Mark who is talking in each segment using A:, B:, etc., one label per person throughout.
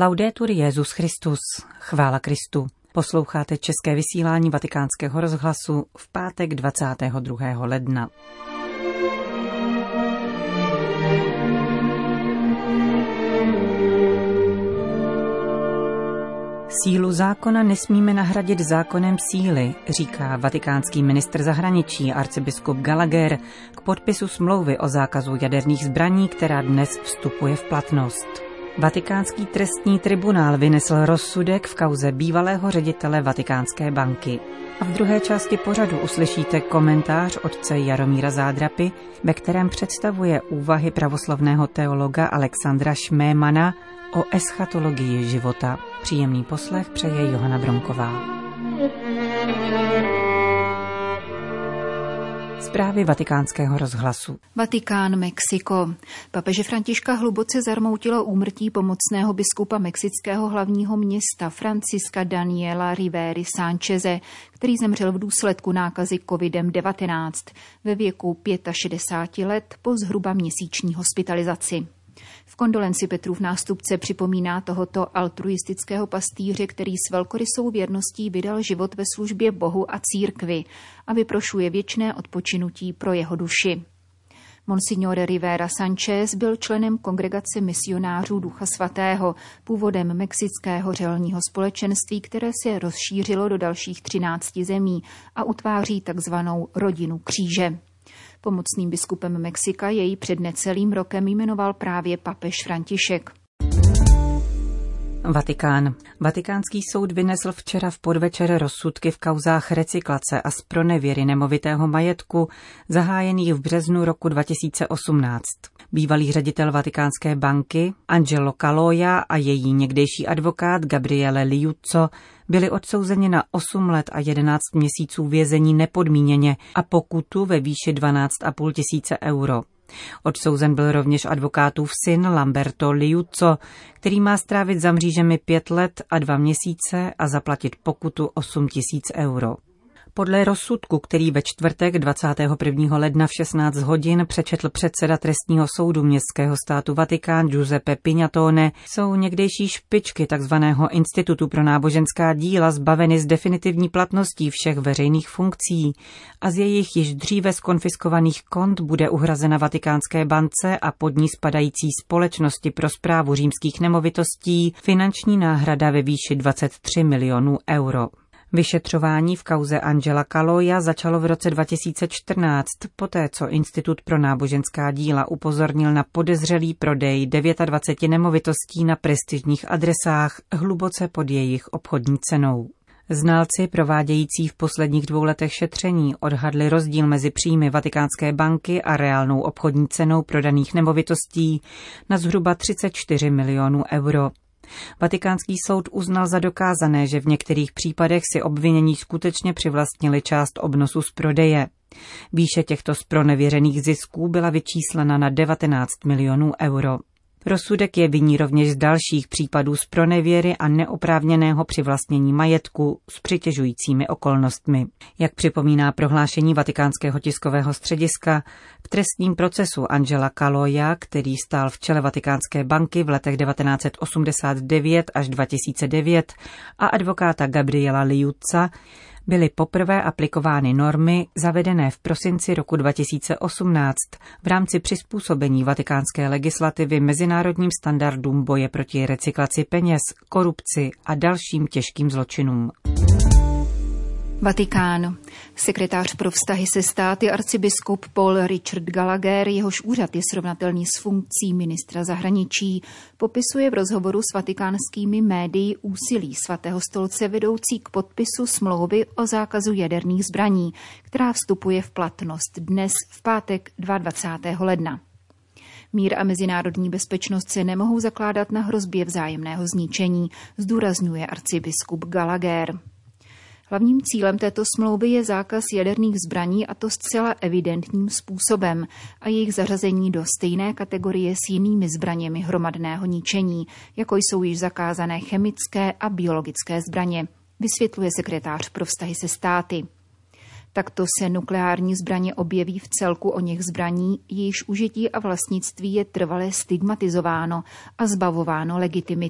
A: Laudetur Jesus Christus, chvála Kristu. Posloucháte české vysílání Vatikánského rozhlasu v pátek 22. ledna. Sílu zákona nesmíme nahradit zákonem síly, říká vatikánský ministr zahraničí arcibiskup Gallagher k podpisu smlouvy o zákazu jaderných zbraní, která dnes vstupuje v platnost. Vatikánský trestní tribunál vynesl rozsudek v kauze bývalého ředitele Vatikánské banky. A v druhé části pořadu uslyšíte komentář otce Jaromíra Zádrapy, ve kterém představuje úvahy pravoslavného teologa Alexandra Šmémana o eschatologii života. Příjemný poslech přeje Johana Bromková. Zprávy Vatikánského rozhlasu.
B: Vatikán, Mexiko. Papeže Františka hluboce zarmoutilo úmrtí pomocného biskupa mexického hlavního města Francisca Daniela Rivery Sancheze, který zemřel v důsledku nákazy COVID-19 ve věku 65 let po zhruba měsíční hospitalizaci. V kondolenci Petrův nástupce připomíná tohoto altruistického pastýře, který s velkorysou věrností vydal život ve službě Bohu a církvi a vyprošuje věčné odpočinutí pro jeho duši. Monsignore Rivera Sanchez byl členem kongregace misionářů Ducha Svatého, původem mexického řeholního společenství, které se rozšířilo do dalších 13 zemí a utváří takzvanou rodinu kříže. Pomocným biskupem Mexika jej před necelým rokem jmenoval právě papež František.
A: Vatikán. Vatikánský soud vynesl včera v podvečer rozsudky v kauzách recyklace a zpronevěry nemovitého majetku zahájených v březnu roku 2018. Bývalý ředitel Vatikánské banky Angelo Caloia a její někdejší advokát Gabriele Liuzzo byli odsouzeni na 8 let a 11 měsíců vězení nepodmíněně a pokutu ve výši 12,5 tisíce euro. Odsouzen byl rovněž advokátův syn Lamberto Liuzzo, který má strávit za mřížemi 5 let a 2 měsíce a zaplatit pokutu 8 tisíc euro. Podle rozsudku, který ve čtvrtek 21. ledna v 16 hodin přečetl předseda trestního soudu městského státu Vatikán Giuseppe Pignatone, jsou někdejší špičky tzv. Institutu pro náboženská díla zbaveny z definitivní platností všech veřejných funkcí a z jejich již dříve zkonfiskovaných kont bude uhrazena Vatikánské bance a pod ní spadající Společnosti pro správu římských nemovitostí finanční náhrada ve výši 23 milionů euro. Vyšetřování v kauze Angela Caloia začalo v roce 2014, poté co Institut pro náboženská díla upozornil na podezřelý prodej 29 nemovitostí na prestižních adresách hluboce pod jejich obchodní cenou. Znalci provádějící v posledních 2 letech šetření odhadli rozdíl mezi příjmy Vatikánské banky a reálnou obchodní cenou prodaných nemovitostí na zhruba 34 milionů euro. Vatikánský soud uznal za dokázané, že v některých případech si obvinění skutečně přivlastnili část obnosu z prodeje. Výše těchto zpronevěřených zisků byla vyčíslena na 19 milionů euro. Rozsudek je viní rovněž z dalších případů zpronevěry a neoprávněného přivlastnění majetku s přitěžujícími okolnostmi. Jak připomíná prohlášení Vatikánského tiskového střediska, v trestním procesu Angela Caloia, který stál v čele Vatikánské banky v letech 1989 až 2009, a advokáta Gabriela Liuzza, byly poprvé aplikovány normy zavedené v prosinci roku 2018 v rámci přizpůsobení vatikánské legislativy mezinárodním standardům boje proti recyklaci peněz, korupci a dalším těžkým zločinům.
B: Vatikán. Sekretář pro vztahy se státy arcibiskup Paul Richard Gallagher, jehož úřad je srovnatelný s funkcí ministra zahraničí, popisuje v rozhovoru s vatikánskými médii úsilí Svatého stolce vedoucí k podpisu smlouvy o zákazu jaderných zbraní, která vstupuje v platnost dnes v pátek 22. ledna. Mír a mezinárodní bezpečnost se nemohou zakládat na hrozbě vzájemného zničení, zdůrazňuje arcibiskup Gallagher. Hlavním cílem této smlouvy je zákaz jaderných zbraní, a to zcela evidentním způsobem, a jejich zařazení do stejné kategorie s jinými zbraněmi hromadného ničení, jako jsou již zakázané chemické a biologické zbraně, vysvětluje sekretář pro vztahy se státy. Takto se nukleární zbraně objeví v celku oněch zbraní, jejichž užití a vlastnictví je trvale stigmatizováno a zbavováno legitimity.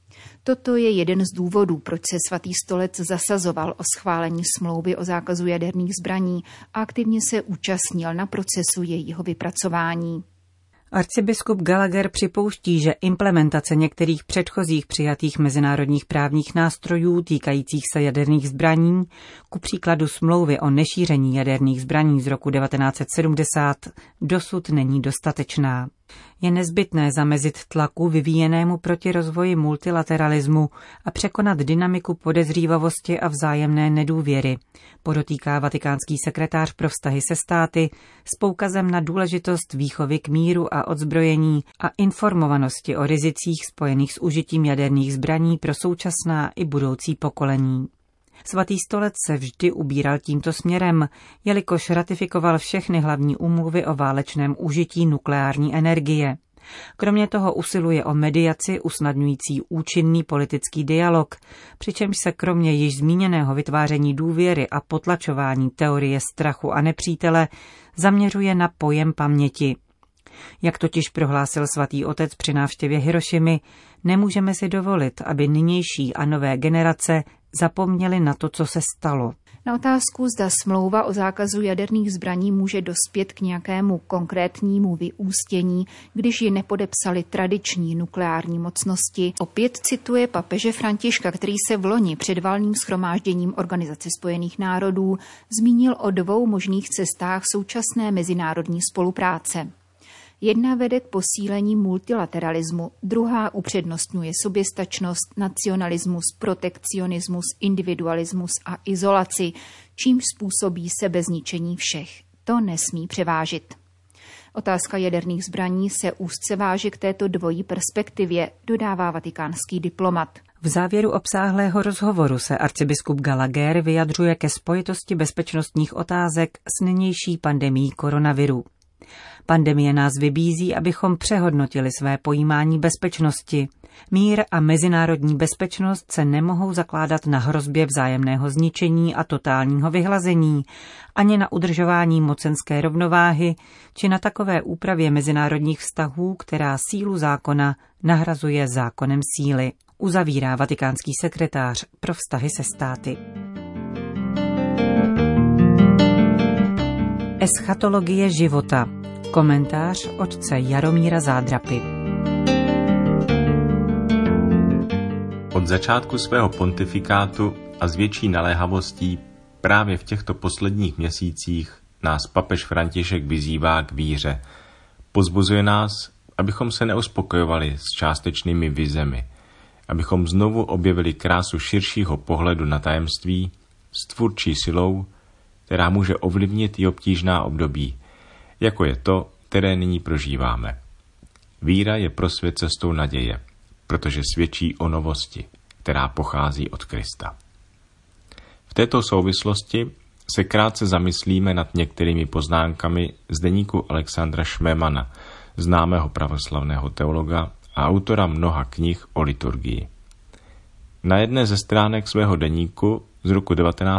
B: Toto je jeden z důvodů, proč se Svatý stolec zasazoval o schválení smlouvy o zákazu jaderných zbraní a aktivně se účastnil na procesu jejího vypracování.
A: Arcibiskup Gallagher připouští, že implementace některých předchozích přijatých mezinárodních právních nástrojů týkajících se jaderných zbraní, ku příkladu smlouvy o nešíření jaderných zbraní z roku 1970, dosud není dostatečná. Je nezbytné zamezit tlaku vyvíjenému proti rozvoji multilateralismu a překonat dynamiku podezřívavosti a vzájemné nedůvěry, podotýká vatikánský sekretář pro vztahy se státy s poukazem na důležitost výchovy k míru a odzbrojení a informovanosti o rizicích spojených s užitím jaderných zbraní pro současná i budoucí pokolení. Svatý stolec se vždy ubíral tímto směrem, jelikož ratifikoval všechny hlavní úmluvy o válečném užití nukleární energie. Kromě toho usiluje o mediaci usnadňující účinný politický dialog, přičemž se kromě již zmíněného vytváření důvěry a potlačování teorie strachu a nepřítele zaměřuje na pojem paměti. Jak totiž prohlásil svatý otec při návštěvě Hirošimy, nemůžeme si dovolit, aby nynější a nové generace zapomněli na to, co se stalo.
B: Na otázku, zda smlouva o zákazu jaderných zbraní může dospět k nějakému konkrétnímu vyústění, když ji nepodepsali tradiční nukleární mocnosti, opět cituje papeže Františka, který se vloni před valným shromážděním Organizace spojených národů zmínil o 2 možných cestách současné mezinárodní spolupráce. Jedna vede k posílení multilateralismu, druhá upřednostňuje soběstačnost, nacionalismus, protekcionismus, individualismus a izolaci, čímž způsobí sebezničení všech. To nesmí převážit. Otázka jaderných zbraní se úzce váže k této dvojí perspektivě, dodává vatikánský diplomat.
A: V závěru obsáhlého rozhovoru se arcibiskup Gallagher vyjadřuje ke spojitosti bezpečnostních otázek s nynější pandemií koronaviru. Pandemie nás vybízí, abychom přehodnotili své pojímání bezpečnosti. Mír a mezinárodní bezpečnost se nemohou zakládat na hrozbě vzájemného zničení a totálního vyhlazení, ani na udržování mocenské rovnováhy, či na takové úpravě mezinárodních vztahů, která sílu zákona nahrazuje zákonem síly, uzavírá vatikánský sekretář pro vztahy se státy. Eschatologie života. Komentář otce Jaromíra Zádrapy.
C: Od začátku svého pontifikátu a s větší naléhavostí právě v těchto posledních měsících nás papež František vyzývá k víře. Pozbuzuje nás, abychom se neuspokojovali s částečnými vizemi, abychom znovu objevili krásu širšího pohledu na tajemství s tvůrčí silou, která může ovlivnit i obtížná období, jako je to, které nyní prožíváme. Víra je pro svět cestou naděje, protože svědčí o novosti, která pochází od Krista. V této souvislosti se krátce zamyslíme nad některými poznámkami z deníku Alexandra Schmemana, známého pravoslavného teologa a autora mnoha knih o liturgii. Na jedné ze stránek svého deníku z roku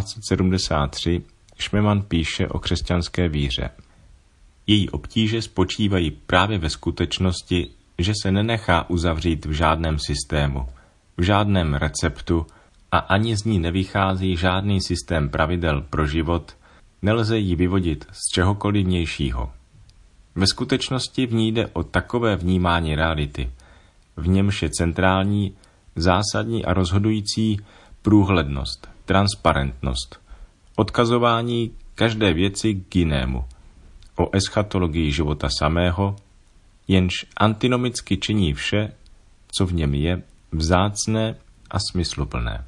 C: 1973 Schmemann píše o křesťanské víře. Její obtíže spočívají právě ve skutečnosti, že se nenechá uzavřít v žádném systému, v žádném receptu a ani z ní nevychází žádný systém pravidel pro život, nelze ji vyvodit z čehokoliv vnějšího. Ve skutečnosti v ní jde o takové vnímání reality, v němž je centrální, zásadní a rozhodující průhlednost, transparentnost, odkazování každé věci k jinému, o eschatologii života samého, jenž antinomicky činí vše, co v něm je, vzácné a smysluplné.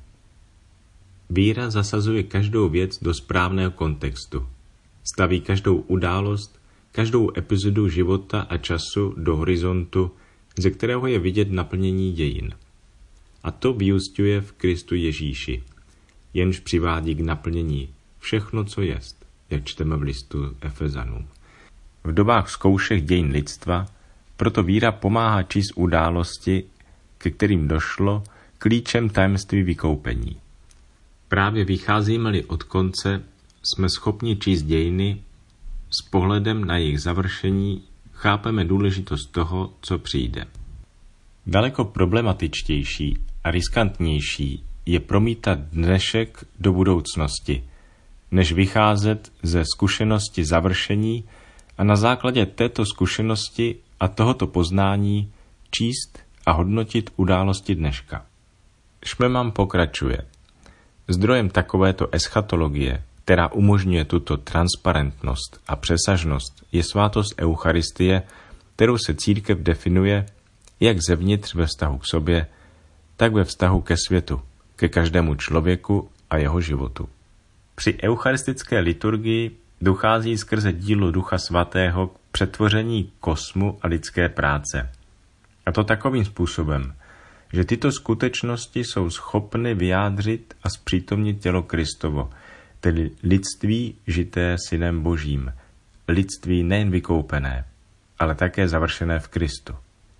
C: Víra zasazuje každou věc do správného kontextu, staví každou událost, každou epizodu života a času do horizontu, ze kterého je vidět naplnění dějin. A to vyúsťuje v Kristu Ježíši, jenž přivádí k naplnění všechno, co jest, jak čteme v listu Efezanům. V dobách zkoušek dějin lidstva proto víra pomáhá číst události, ke kterým došlo, klíčem tajemství vykoupení. Právě vycházíme-li od konce, jsme schopni číst dějiny, s pohledem na jejich završení chápeme důležitost toho, co přijde. Daleko problematičtější a riskantnější je promítat dnešek do budoucnosti, než vycházet ze zkušenosti završení a na základě této zkušenosti a tohoto poznání číst a hodnotit události dneška. Šmeman pokračuje. Zdrojem takovéto eschatologie, která umožňuje tuto transparentnost a přesažnost, je svátost Eucharistie, kterou se církev definuje jak zevnitř ve vztahu k sobě, tak ve vztahu ke světu, ke každému člověku a jeho životu. Při eucharistické liturgii dochází skrze dílo Ducha Svatého k přetvoření kosmu a lidské práce. A to takovým způsobem, že tyto skutečnosti jsou schopny vyjádřit a zpřítomnit tělo Kristovo, tedy lidství žité Synem Božím, lidství nejen vykoupené, ale také završené v Kristu.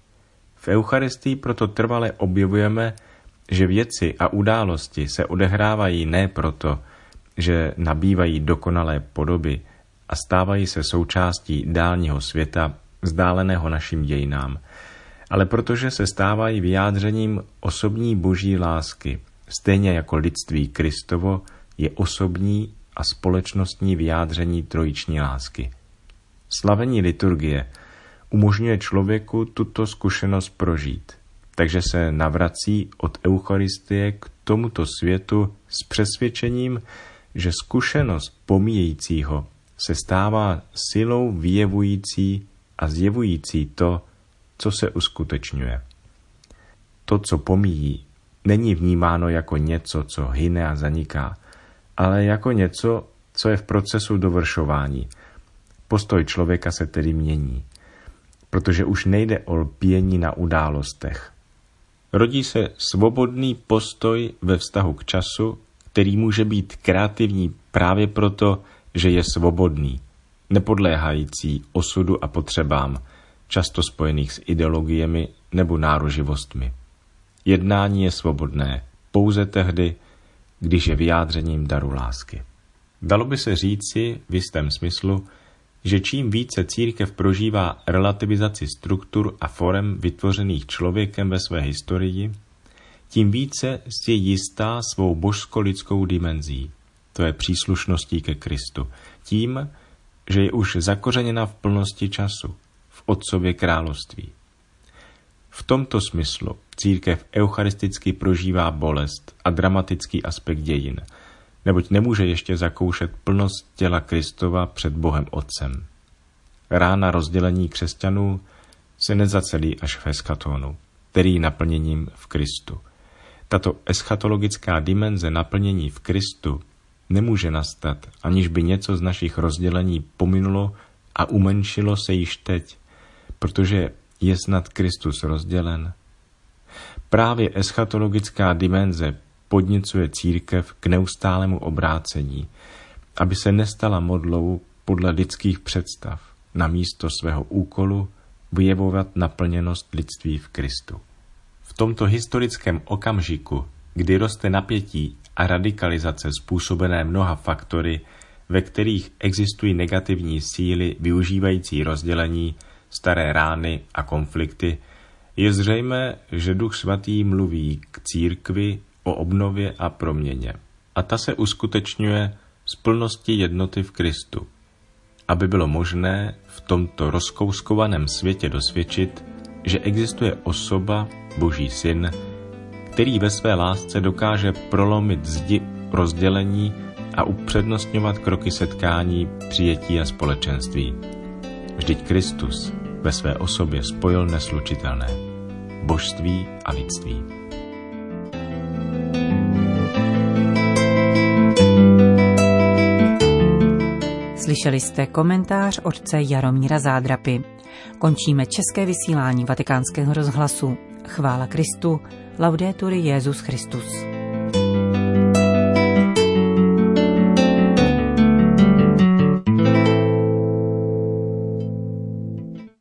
C: V Eucharistii proto trvale objevujeme, že věci a události se odehrávají ne proto, že nabývají dokonalé podoby a stávají se součástí dálního světa, vzdáleného našim dějinám, ale protože se stávají vyjádřením osobní boží lásky, stejně jako lidství Kristovo je osobní a společnostní vyjádření trojiční lásky. Slavení liturgie umožňuje člověku tuto zkušenost prožít, takže se navrací od Eucharistie k tomuto světu s přesvědčením, že zkušenost pomíjejícího se stává silou vyjevující a zjevující to, co se uskutečňuje. To, co pomíjí, není vnímáno jako něco, co hyne a zaniká, ale jako něco, co je v procesu dovršování. Postoj člověka se tedy mění, protože už nejde o lpění na událostech. Rodí se svobodný postoj ve vztahu k času, který může být kreativní právě proto, že je svobodný, nepodléhající osudu a potřebám, často spojených s ideologiemi nebo náruživostmi. Jednání je svobodné pouze tehdy, když je vyjádřením daru lásky. Dalo by se říci v jistém smyslu, že čím více církev prožívá relativizaci struktur a forem vytvořených člověkem ve své historii, tím více si je jistá svou božsko-lidskou dimenzí, to je příslušností ke Kristu, tím, že je už zakořeněna v plnosti času, v Otcově království. V tomto smyslu církev eucharisticky prožívá bolest a dramatický aspekt dějin, neboť nemůže ještě zakoušet plnost těla Kristova před Bohem Otcem. Rána rozdělení křesťanů se nezacelí až v eschatonu, který je naplněním v Kristu. Tato eschatologická dimenze naplnění v Kristu nemůže nastat, aniž by něco z našich rozdělení pominulo a umenšilo se již teď, protože je snad Kristus rozdělen. Právě eschatologická dimenze podněcuje církev k neustálému obrácení, aby se nestala modlou podle lidských představ, na místo svého úkolu vyjevovat naplněnost lidství v Kristu. V tomto historickém okamžiku, kdy roste napětí a radikalizace způsobené mnoha faktory, ve kterých existují negativní síly využívající rozdělení, staré rány a konflikty, je zřejmé, že Duch Svatý mluví k církvi o obnově a proměně. A ta se uskutečňuje z plnosti jednoty v Kristu, aby bylo možné v tomto rozkouskovaném světě dosvědčit, že existuje osoba, Boží Syn, který ve své lásce dokáže prolomit zdi rozdělení a upřednostňovat kroky setkání, přijetí a společenství. Vždyť Kristus ve své osobě spojil neslučitelné božství a lidství.
A: Slyšeli jste komentář otce Jaromíra Zádrapy. Končíme české vysílání Vatikánského rozhlasu. Chvála Kristu, laudetur Jesus Christus.